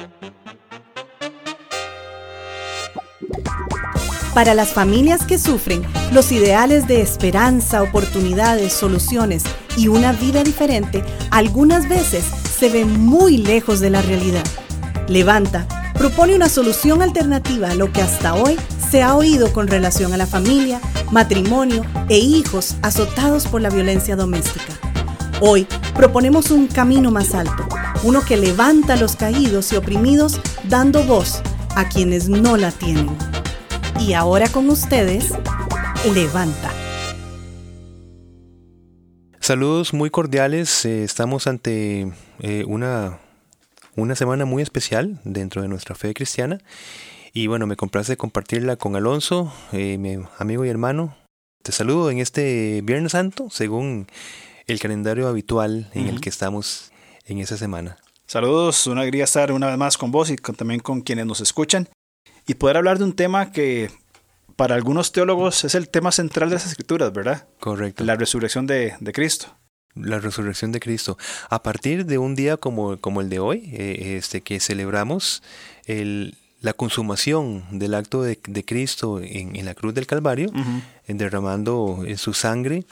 Para las familias que sufren, los ideales de esperanza, oportunidades, soluciones y una vida diferente algunas veces se ven muy lejos de la realidad. Levanta propone una solución alternativa a lo que hasta hoy se ha oído con relación a la familia, matrimonio e hijos azotados por la violencia doméstica. Hoy proponemos un camino más alto, uno que levanta a los caídos y oprimidos, dando voz a quienes no la tienen. Y ahora con ustedes, Levanta. Saludos muy cordiales. Estamos ante una semana muy especial dentro de nuestra fe cristiana. Y bueno, me complace compartirla con Alonso, mi amigo y hermano. Te saludo en este Viernes Santo, según el calendario habitual en el que estamos en esa semana. Saludos, una alegría estar una vez más con vos y también con quienes nos escuchan. Y poder hablar de un tema que para algunos teólogos es el tema central de las Escrituras, ¿verdad? Correcto. La resurrección de Cristo. La resurrección de Cristo. A partir de un día como el de hoy, que celebramos la consumación del acto de Cristo en la cruz del Calvario, derramando su sangre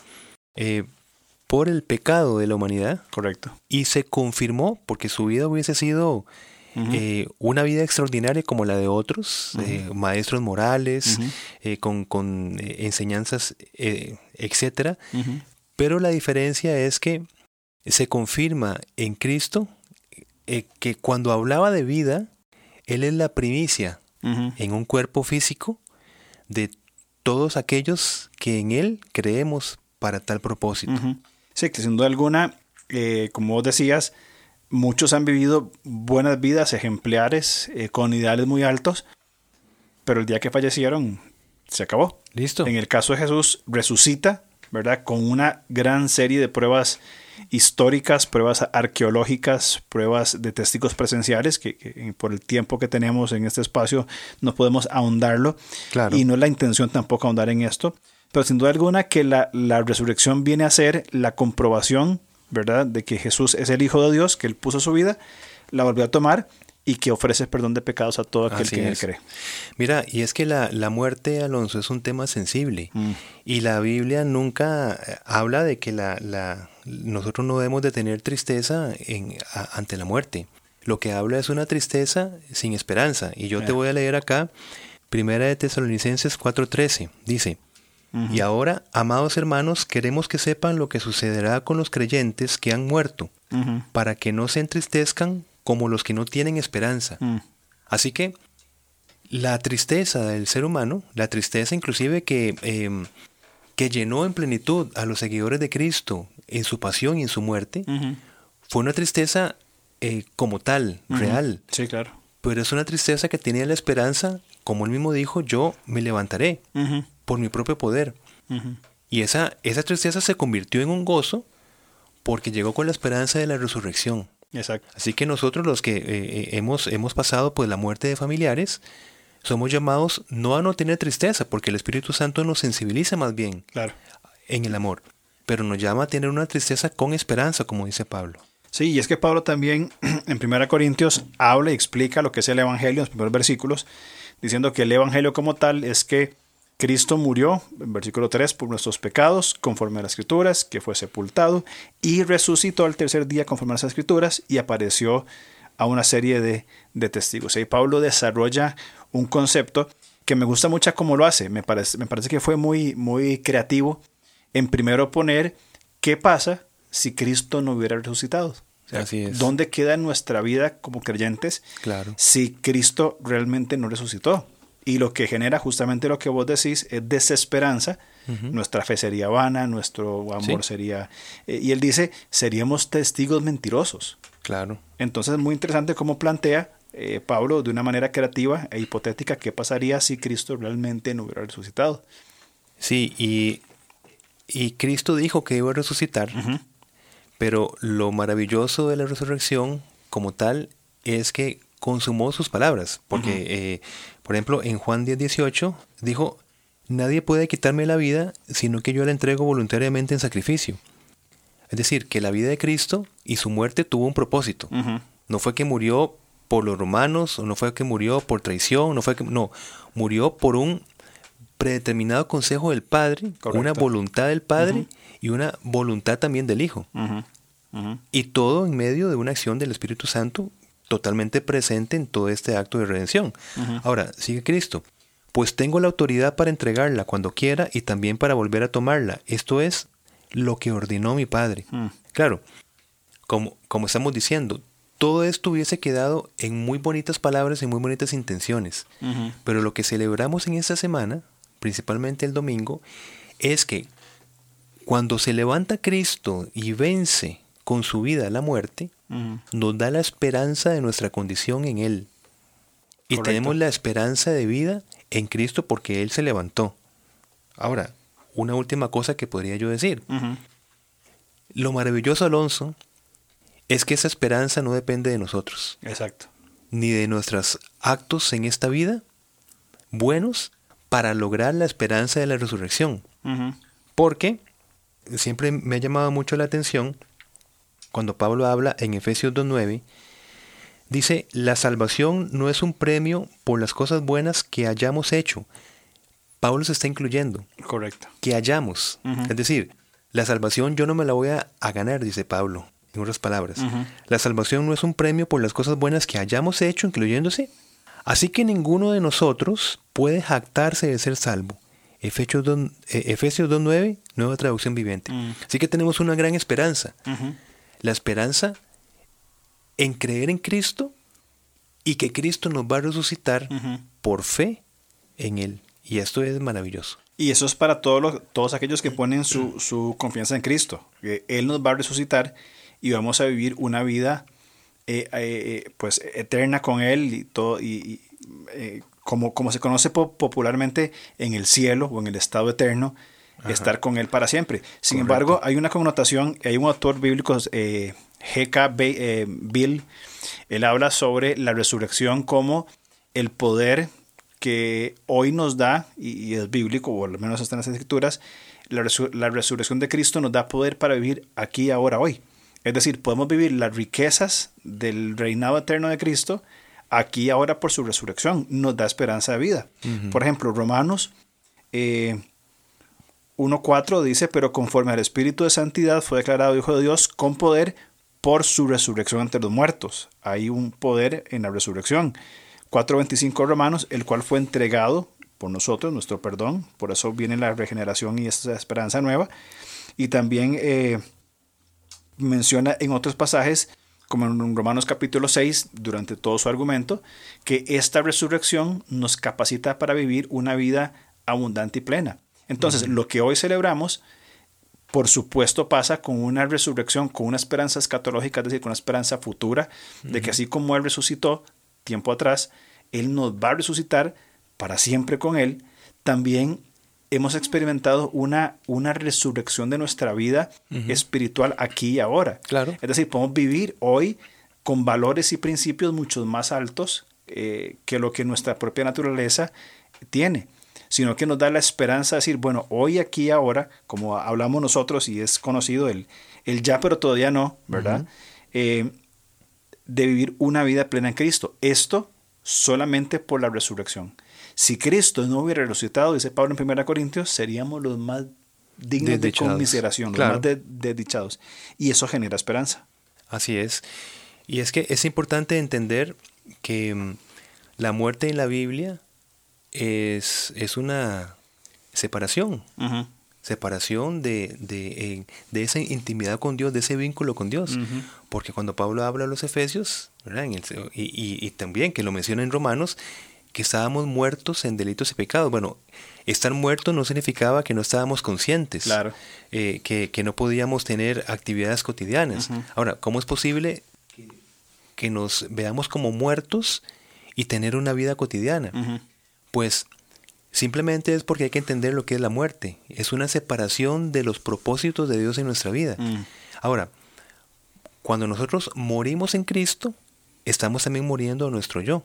por el pecado de la humanidad. Correcto. Y se confirmó, porque su vida hubiese sido una vida extraordinaria como la de otros, maestros morales, con enseñanzas, etcétera. Pero la diferencia es que se confirma en Cristo que cuando hablaba de vida, Él es la primicia en un cuerpo físico de todos aquellos que en Él creemos para tal propósito. Sí, que sin duda alguna, como vos decías, muchos han vivido buenas vidas ejemplares, con ideales muy altos, pero el día que fallecieron se acabó. Listo. En el caso de Jesús, resucita, ¿verdad? Con una gran serie de pruebas históricas, pruebas arqueológicas, pruebas de testigos presenciales, que por el tiempo que tenemos en este espacio no podemos ahondarlo. Claro. Y no es la intención tampoco ahondar en esto. Pero sin duda alguna que la resurrección viene a ser la comprobación, ¿verdad?, de que Jesús es el Hijo de Dios, que Él puso su vida, la volvió a tomar y que ofrece perdón de pecados a todo aquel que en Él cree. Mira, y es que la muerte, Alonso, es un tema sensible. Y la Biblia nunca habla de que nosotros no debemos de tener tristeza ante la muerte. Lo que habla es una tristeza sin esperanza. Y yo te voy a leer acá, 1 de Tesalonicenses 4:13. Dice: Y ahora, amados hermanos, queremos que sepan lo que sucederá con los creyentes que han muerto, para que no se entristezcan como los que no tienen esperanza. Así que la tristeza del ser humano, la tristeza inclusive que llenó en plenitud a los seguidores de Cristo en su pasión y en su muerte, fue una tristeza como tal, real. Sí, claro. Pero es una tristeza que tenía la esperanza, como él mismo dijo, yo me levantaré por mi propio poder. Y esa tristeza se convirtió en un gozo porque llegó con la esperanza de la resurrección. Exacto. Así que nosotros los que hemos pasado pues la muerte de familiares, somos llamados no a no tener tristeza, porque el Espíritu Santo nos sensibiliza más bien en el amor, pero nos llama a tener una tristeza con esperanza, como dice Pablo. Sí, y es que Pablo también en 1 Corintios habla y explica lo que es el Evangelio en los primeros versículos, diciendo que el Evangelio como tal es que Cristo murió, en versículo 3, por nuestros pecados, conforme a las Escrituras, que fue sepultado y resucitó al tercer día conforme a las Escrituras y apareció a una serie de testigos. Y Pablo desarrolla un concepto que me gusta mucho cómo lo hace. Me parece que fue muy, muy creativo en primero poner qué pasa si Cristo no hubiera resucitado. O sea, así es. ¿Dónde queda nuestra vida como creyentes si Cristo realmente no resucitó? Y lo que genera justamente lo que vos decís es desesperanza. Nuestra fe sería vana, nuestro amor sería... y él dice, seríamos testigos mentirosos. Claro. Entonces es muy interesante cómo plantea Pablo de una manera creativa e hipotética qué pasaría si Cristo realmente no hubiera resucitado. Sí, y Cristo dijo que iba a resucitar, pero lo maravilloso de la resurrección como tal es que consumó sus palabras, porque, por ejemplo, en Juan 10:18 dijo, nadie puede quitarme la vida, sino que yo la entrego voluntariamente en sacrificio. Es decir, que la vida de Cristo y su muerte tuvo un propósito. No fue que murió por los romanos, o no fue que murió por traición, no, murió por un predeterminado consejo del Padre, Correcto. una voluntad del Padre y una voluntad también del Hijo. Y todo en medio de una acción del Espíritu Santo totalmente presente en todo este acto de redención. Ahora, sigue Cristo. Pues tengo la autoridad para entregarla cuando quiera y también para volver a tomarla. Esto es lo que ordenó mi Padre. Claro, como estamos diciendo, todo esto hubiese quedado en muy bonitas palabras y muy bonitas intenciones. Pero lo que celebramos en esta semana, principalmente el domingo, es que cuando se levanta Cristo y vence con su vida la muerte, nos da la esperanza de nuestra condición en Él. Y Correcto. tenemos la esperanza de vida en Cristo porque Él se levantó. Ahora, una última cosa que podría yo decir. Lo maravilloso, Alonso, es que esa esperanza no depende de nosotros. Exacto. Ni de nuestros actos en esta vida buenos para lograr la esperanza de la resurrección. Porque siempre me ha llamado mucho la atención cuando Pablo habla en Efesios 2:9, dice, la salvación no es un premio por las cosas buenas que hayamos hecho. Pablo se está incluyendo. Correcto. Que hayamos. Es decir, la salvación yo no me la voy a ganar, dice Pablo, en otras palabras. La salvación no es un premio por las cosas buenas que hayamos hecho, incluyéndose. Así que ninguno de nosotros puede jactarse de ser salvo. Efesios 2:9, nueva traducción viviente. Así que tenemos una gran esperanza. La esperanza en creer en Cristo y que Cristo nos va a resucitar por fe en Él. Y esto es maravilloso. Y eso es para todos aquellos que ponen su confianza en Cristo. Que Él nos va a resucitar y vamos a vivir una vida pues eterna con Él y todo, como se conoce popularmente en el cielo o en el estado eterno, estar con Él para siempre. Sin embargo, hay una connotación, hay un autor bíblico, G.K. Bill, él habla sobre la resurrección como el poder que hoy nos da, y es bíblico, o al menos está en las Escrituras, la resurrección de Cristo nos da poder para vivir aquí, ahora, hoy. Es decir, podemos vivir las riquezas del reinado eterno de Cristo aquí y ahora por su resurrección. Nos da esperanza de vida. Por ejemplo, Romanos 1:4 dice, pero conforme al Espíritu de Santidad fue declarado Hijo de Dios con poder por su resurrección entre los muertos. Hay un poder en la resurrección. 4:25 Romanos, el cual fue entregado por nosotros, nuestro perdón. Por eso viene la regeneración y esa esperanza nueva. Y también menciona en otros pasajes, como en Romanos capítulo 6, durante todo su argumento, que esta resurrección nos capacita para vivir una vida abundante y plena. Entonces, lo que hoy celebramos, por supuesto, pasa con una resurrección, con una esperanza escatológica, es decir, con una esperanza futura, de que así como Él resucitó tiempo atrás, Él nos va a resucitar para siempre con Él. También hemos experimentado una resurrección de nuestra vida espiritual aquí y ahora. Claro. Es decir, podemos vivir hoy con valores y principios mucho más altos que lo que nuestra propia naturaleza tiene, sino que nos da la esperanza de decir, bueno, hoy, aquí y ahora, como hablamos nosotros y es conocido el ya pero todavía no, ¿verdad? De vivir una vida plena en Cristo. Esto solamente por la resurrección. Si Cristo no hubiera resucitado, dice Pablo en 1 Corintios, seríamos los más dignos de conmiseración, claro, los más desdichados. Y eso genera esperanza. Así es. Y es que es importante entender que la muerte en la Biblia es una separación. Separación de esa intimidad con Dios, de ese vínculo con Dios. Porque cuando Pablo habla a los Efesios, ¿verdad? Y también que lo menciona en Romanos, que estábamos muertos en delitos y pecados. Bueno, estar muertos no significaba que no estábamos conscientes, claro, que no podíamos tener actividades cotidianas. Ahora, ¿cómo es posible que nos veamos como muertos y tener una vida cotidiana? Pues simplemente es porque hay que entender lo que es la muerte. Es una separación de los propósitos de Dios en nuestra vida. Ahora, cuando nosotros morimos en Cristo, estamos también muriendo a nuestro yo.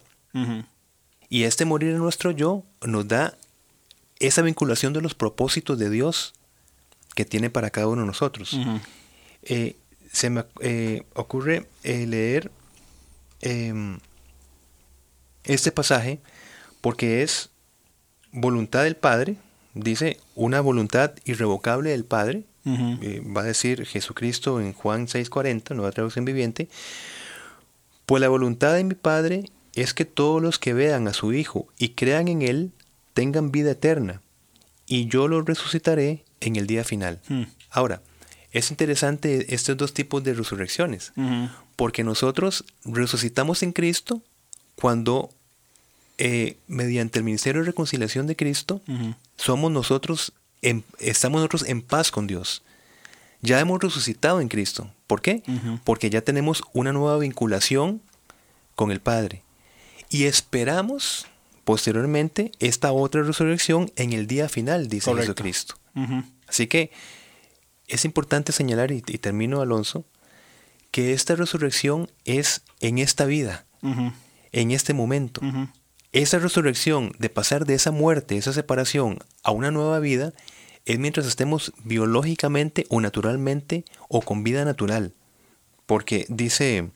Y este morir en nuestro yo nos da esa vinculación de los propósitos de Dios que tiene para cada uno de nosotros. Se me ocurre leer este pasaje porque es voluntad del Padre, dice una voluntad irrevocable del Padre, va a decir Jesucristo en Juan 6:40, nueva traducción viviente, pues la voluntad de mi Padre es que todos los que vean a su Hijo y crean en Él tengan vida eterna, y yo los resucitaré en el día final. Ahora, es interesante estos dos tipos de resurrecciones, porque nosotros resucitamos en Cristo cuando mediante el ministerio de reconciliación de Cristo estamos nosotros en paz con Dios. Ya hemos resucitado en Cristo. ¿Por qué? Porque ya tenemos una nueva vinculación con el Padre. Y esperamos posteriormente esta otra resurrección en el día final, dice Jesucristo. Así que es importante señalar, y termino, Alonso, que esta resurrección es en esta vida, en este momento. Esa resurrección de pasar de esa muerte, esa separación a una nueva vida, es mientras estemos biológicamente o naturalmente o con vida natural. Porque dice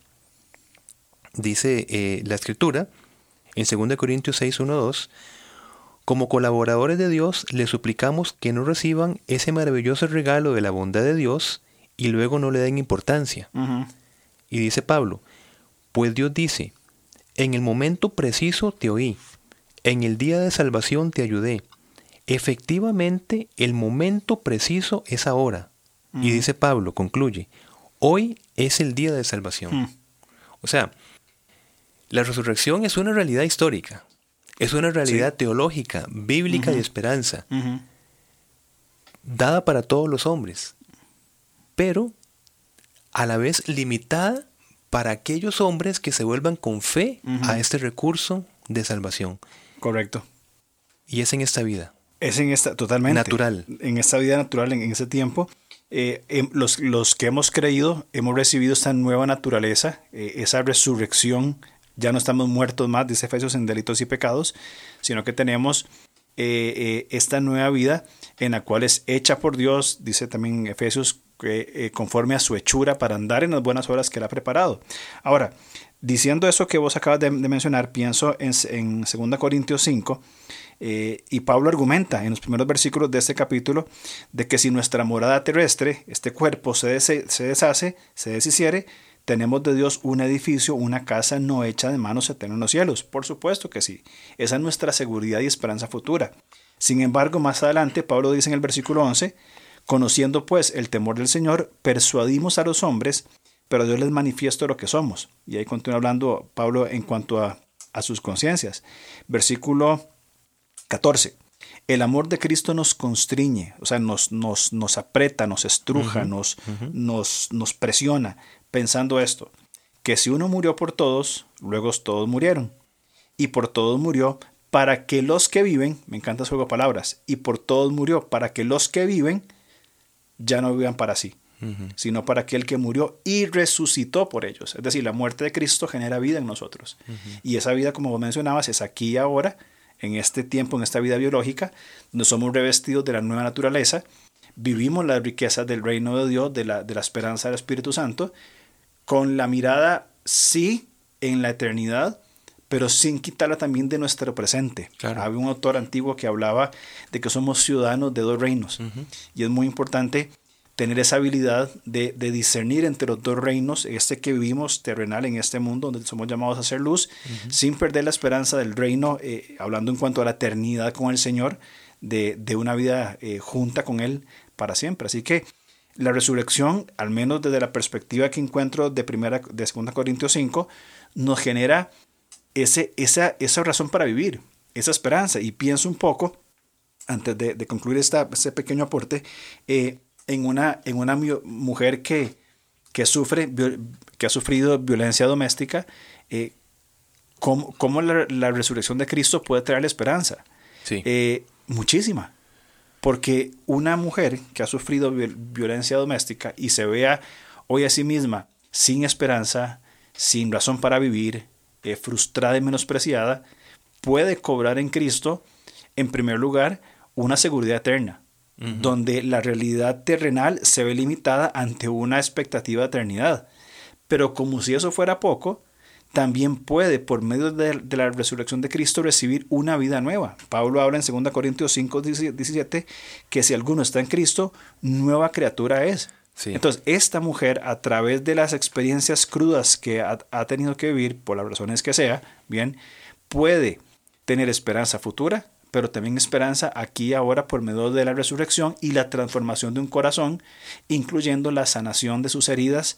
la Escritura, en 2 Corintios 6, 1, 2, como colaboradores de Dios, les suplicamos que no reciban ese maravilloso regalo de la bondad de Dios y luego no le den importancia. Y dice Pablo, pues Dios dice, en el momento preciso te oí, en el día de salvación te ayudé. Efectivamente, el momento preciso es ahora. Y dice Pablo, concluye, hoy es el día de salvación. O sea, la resurrección es una realidad histórica, es una realidad teológica, bíblica de esperanza, dada para todos los hombres, pero a la vez limitada para aquellos hombres que se vuelvan con fe a este recurso de salvación. Correcto. Y es en esta vida. Es en esta, totalmente. Natural. En esta vida natural, en ese tiempo. Los que hemos creído, hemos recibido esta nueva naturaleza, esa resurrección. Ya no estamos muertos más, dice Efesios, en delitos y pecados, sino que tenemos esta nueva vida en la cual es hecha por Dios, dice también Efesios, conforme a su hechura para andar en las buenas obras que Él ha preparado. Ahora, diciendo eso que vos acabas de mencionar, pienso en 2 Corintios 5, y Pablo argumenta en los primeros versículos de este capítulo de que si nuestra morada terrestre, este cuerpo se deshace, se deshiciere, tenemos de Dios un edificio, una casa no hecha de manos eterna en los cielos. Por supuesto que sí. Esa es nuestra seguridad y esperanza futura. Sin embargo, más adelante, Pablo dice en el versículo 11, conociendo pues el temor del Señor, persuadimos a los hombres, pero Dios les manifiesta lo que somos. Y ahí continúa hablando Pablo en cuanto a sus conciencias. Versículo 14. El amor de Cristo nos constriñe, o sea, nos aprieta, nos estruja, nos presiona, pensando esto, que si uno murió por todos, luego todos murieron. Y por todos murió para que los que viven, me encanta su juego de palabras, y por todos murió para que los que viven ya no vivan para sí, sino para aquel que murió y resucitó por ellos. Es decir, la muerte de Cristo genera vida en nosotros. Y esa vida, como vos mencionabas, es aquí y ahora, en este tiempo, en esta vida biológica, donde somos revestidos de la nueva naturaleza, vivimos las riquezas del reino de Dios, de la esperanza del Espíritu Santo, con la mirada, sí, en la eternidad, pero sin quitarla también de nuestro presente. Claro. Había un autor antiguo que hablaba de que somos ciudadanos de dos reinos. Y es muy importante tener esa habilidad de discernir entre los dos reinos, este que vivimos terrenal en este mundo, donde somos llamados a hacer luz, sin perder la esperanza del reino, hablando en cuanto a la eternidad con el Señor, de una vida junta con Él para siempre. Así que la resurrección, al menos desde la perspectiva que encuentro de 2 Corintios 5, nos genera esa razón para vivir, esa esperanza. Y pienso un poco, antes de concluir este pequeño aporte, en una mujer que ha sufrido violencia doméstica, cómo la resurrección de Cristo puede traerle esperanza. Sí. Muchísima. Porque una mujer que ha sufrido violencia doméstica y se vea hoy a sí misma sin esperanza, sin razón para vivir, frustrada y menospreciada, puede cobrar en Cristo, en primer lugar, una seguridad eterna, donde la realidad terrenal se ve limitada ante una expectativa de eternidad. Pero como si eso fuera poco, también puede, por medio de la resurrección de Cristo, recibir una vida nueva. Pablo habla en 2 Corintios 5, 17, que si alguno está en Cristo, nueva criatura es. Sí. Entonces, esta mujer, a través de las experiencias crudas que ha tenido que vivir, por las razones que sea, bien, puede tener esperanza futura, pero también esperanza aquí y ahora por medio de la resurrección y la transformación de un corazón, incluyendo la sanación de sus heridas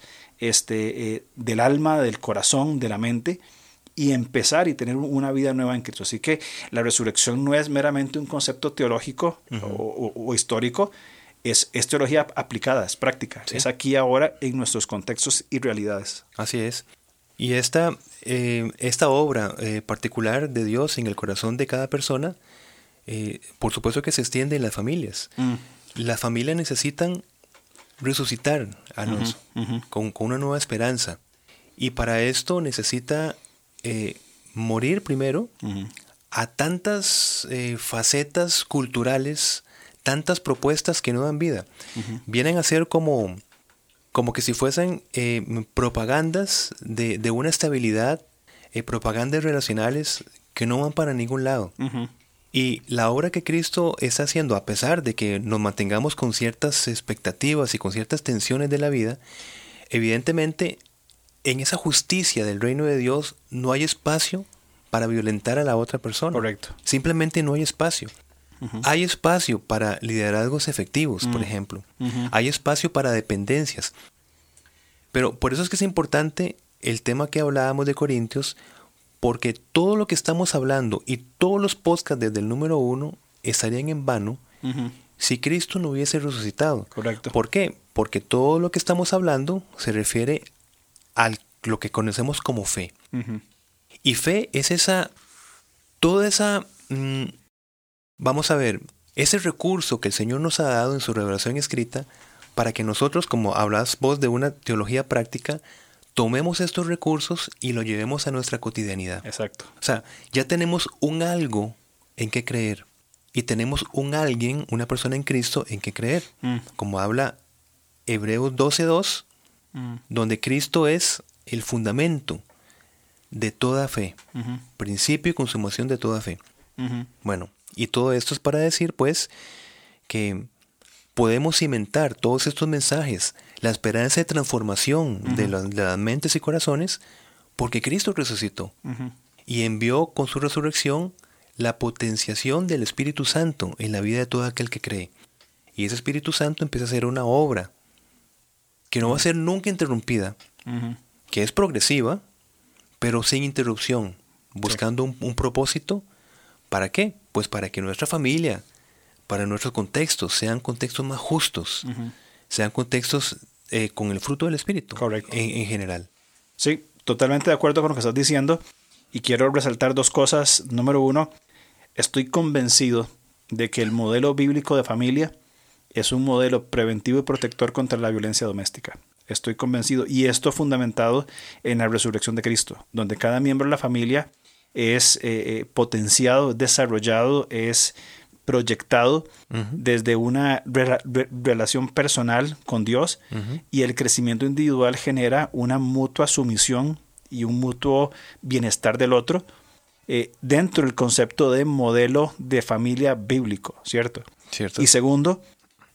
del alma, del corazón, de la mente, y empezar y tener una vida nueva en Cristo. Así que la resurrección no es meramente un concepto teológico o histórico, es teología aplicada, es práctica, sí. Es aquí y ahora en nuestros contextos y realidades. Así es. Y esta obra particular de Dios en el corazón de cada persona, por supuesto que se extiende en las familias. Las familias necesitan resucitar a Alonso con una nueva esperanza. Y para esto necesita morir primero a tantas facetas culturales, tantas propuestas que no dan vida. Vienen a ser como que si fuesen propagandas de una estabilidad, propagandas relacionales que no van para ningún lado. Y la obra que Cristo está haciendo, a pesar de que nos mantengamos con ciertas expectativas y con ciertas tensiones de la vida, evidentemente en esa justicia del reino de Dios no hay espacio para violentar a la otra persona. Correcto. Simplemente no hay espacio. Hay espacio para liderazgos efectivos, por ejemplo. Hay espacio para dependencias. Pero por eso es que es importante el tema que hablábamos de Corintios, porque todo lo que estamos hablando y todos los podcasts desde el número 1 estarían en vano si Cristo no hubiese resucitado. Correcto. ¿Por qué? Porque todo lo que estamos hablando se refiere a lo que conocemos como fe. Y fe es toda esa... Vamos a ver, ese recurso que el Señor nos ha dado en su revelación escrita para que nosotros, como hablas vos de una teología práctica, tomemos estos recursos y los llevemos a nuestra cotidianidad. Exacto. O sea, ya tenemos un algo en que creer y tenemos un alguien, una persona en Cristo en que creer. Como habla Hebreos 12:2, donde Cristo es el fundamento de toda fe, principio y consumación de toda fe. Bueno, y todo esto es para decir, pues, que podemos cimentar todos estos mensajes, la esperanza de transformación de las mentes y corazones, porque Cristo resucitó y envió con su resurrección la potenciación del Espíritu Santo en la vida de todo aquel que cree. Y ese Espíritu Santo empieza a hacer una obra que no va a ser nunca interrumpida, que es progresiva, pero sin interrupción, buscando un propósito. ¿Para qué? Pues para que nuestra familia, para nuestros contextos, sean contextos más justos, sean contextos con el fruto del Espíritu. Correcto. En general. Sí, totalmente de acuerdo con lo que estás diciendo, y quiero resaltar dos cosas. Número 1, estoy convencido de que el modelo bíblico de familia es un modelo preventivo y protector contra la violencia doméstica. Estoy convencido, y esto fundamentado en la resurrección de Cristo, donde cada miembro de la familia es potenciado, desarrollado, es proyectado desde una relación personal con Dios, y el crecimiento individual genera una mutua sumisión y un mutuo bienestar del otro dentro del concepto de modelo de familia bíblico, ¿cierto? Cierto. Y segundo,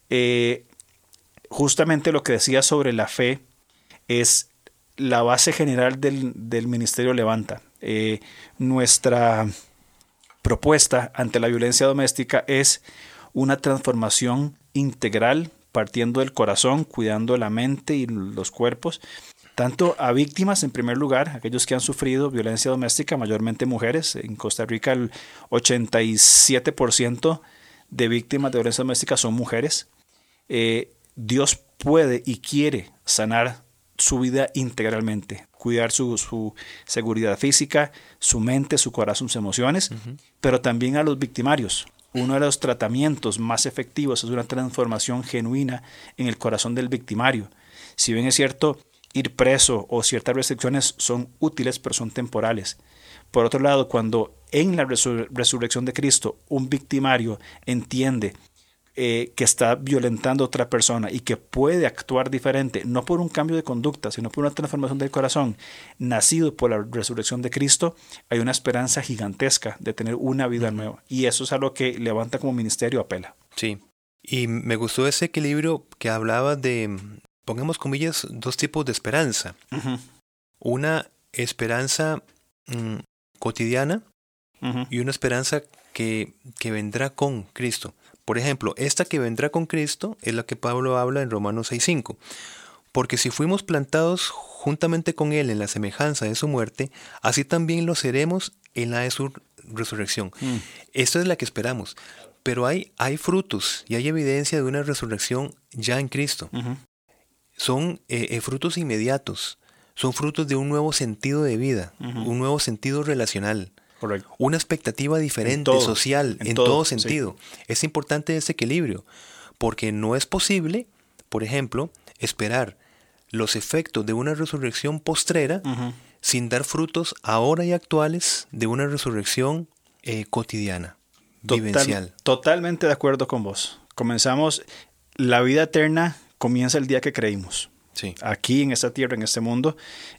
justamente lo que decía sobre la fe es la base general del Ministerio Levanta. Nuestra propuesta ante la violencia doméstica es una transformación integral, partiendo del corazón, cuidando la mente y los cuerpos, tanto a víctimas en primer lugar, aquellos que han sufrido violencia doméstica, mayormente mujeres. En Costa Rica el 87% de víctimas de violencia doméstica son mujeres. Dios puede y quiere sanar su vida integralmente, cuidar su seguridad física, su mente, su corazón, sus emociones, pero también a los victimarios. Uno de los tratamientos más efectivos es una transformación genuina en el corazón del victimario. Si bien es cierto, ir preso o ciertas restricciones son útiles, pero son temporales. Por otro lado, cuando en la resurrección de Cristo un victimario entiende que está violentando a otra persona y que puede actuar diferente, no por un cambio de conducta, sino por una transformación del corazón, nacido por la resurrección de Cristo, hay una esperanza gigantesca de tener una vida nueva. Y eso es algo que Levanta como ministerio apela. Sí, y me gustó ese equilibrio que hablaba de, pongamos comillas, dos tipos de esperanza. Uh-huh. Una esperanza cotidiana y una esperanza que vendrá con Cristo. Por ejemplo, esta que vendrá con Cristo es la que Pablo habla en Romanos 6:5. Porque si fuimos plantados juntamente con Él en la semejanza de su muerte, así también lo seremos en la de su resurrección. Esta es la que esperamos. Pero hay frutos y hay evidencia de una resurrección ya en Cristo. Uh-huh. Son frutos inmediatos. Son frutos de un nuevo sentido de vida, un nuevo sentido relacional. Correcto. Una expectativa diferente, social, en todo sentido. Sí. Es importante ese equilibrio, porque no es posible, por ejemplo, esperar los efectos de una resurrección postrera sin dar frutos ahora y actuales de una resurrección cotidiana, vivencial. Totalmente de acuerdo con vos. Comenzamos, la vida eterna comienza el día que creímos. Sí. Aquí en esta tierra, en este mundo,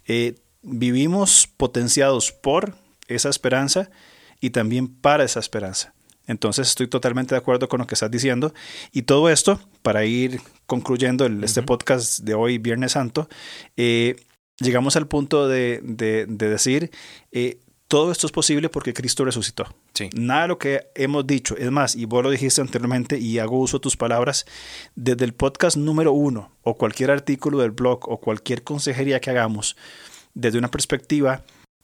vivimos potenciados por esa esperanza y también para esa esperanza. Entonces estoy totalmente de acuerdo con lo que estás diciendo. Y todo esto, para ir concluyendo este podcast de hoy, Viernes Santo, llegamos al punto de decir, todo esto es posible porque Cristo resucitó. Sí. Nada de lo que hemos dicho, es más, y vos lo dijiste anteriormente y hago uso de tus palabras, desde el podcast número 1 o cualquier artículo del blog o cualquier consejería que hagamos, desde una perspectiva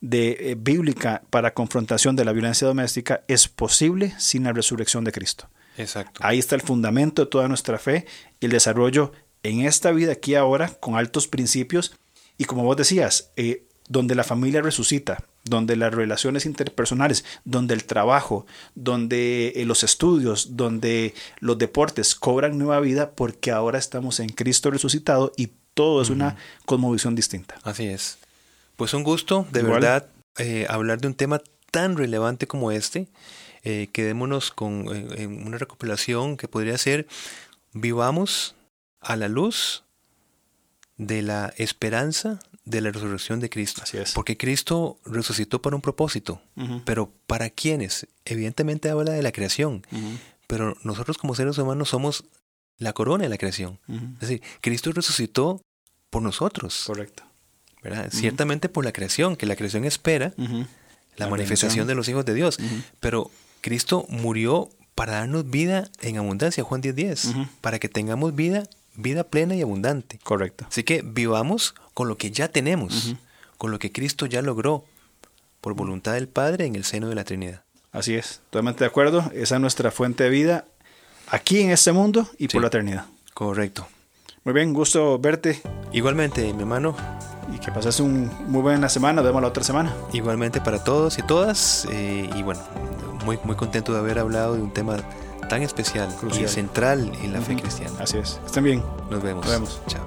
bíblica para confrontación de la violencia doméstica, es posible sin la resurrección de Cristo. Exacto. Ahí está el fundamento de toda nuestra fe y el desarrollo en esta vida aquí ahora con altos principios y como vos decías, donde la familia resucita, donde las relaciones interpersonales, donde el trabajo, donde los estudios, donde los deportes cobran nueva vida porque ahora estamos en Cristo resucitado y todo es una cosmovisión distinta. Así es. Pues un gusto, de verdad, hablar de un tema tan relevante como este. Quedémonos con una recopilación que podría ser: vivamos a la luz de la esperanza de la resurrección de Cristo. Así es. Porque Cristo resucitó para un propósito. Pero ¿para quiénes? Evidentemente habla de la creación. Pero nosotros como seres humanos somos la corona de la creación. Es decir, Cristo resucitó por nosotros. Correcto. ¿Verdad? Ciertamente por la creación, que la creación espera la manifestación de los hijos de Dios. Pero Cristo murió para darnos vida en abundancia, Juan 10:10, para que tengamos vida plena y abundante. Correcto. Así que vivamos con lo que ya tenemos, con lo que Cristo ya logró, por voluntad del Padre en el seno de la Trinidad. Así es, totalmente de acuerdo. Esa es nuestra fuente de vida aquí en este mundo y por la eternidad. Correcto. Muy bien, gusto verte. Igualmente, mi hermano. Y que pases muy buena semana. Nos vemos la otra semana. Igualmente para todos y todas. Y bueno, muy contento de haber hablado de un tema tan especial, crucial y central en la fe cristiana. Así es. Estén bien. Nos vemos. Nos vemos. Chao.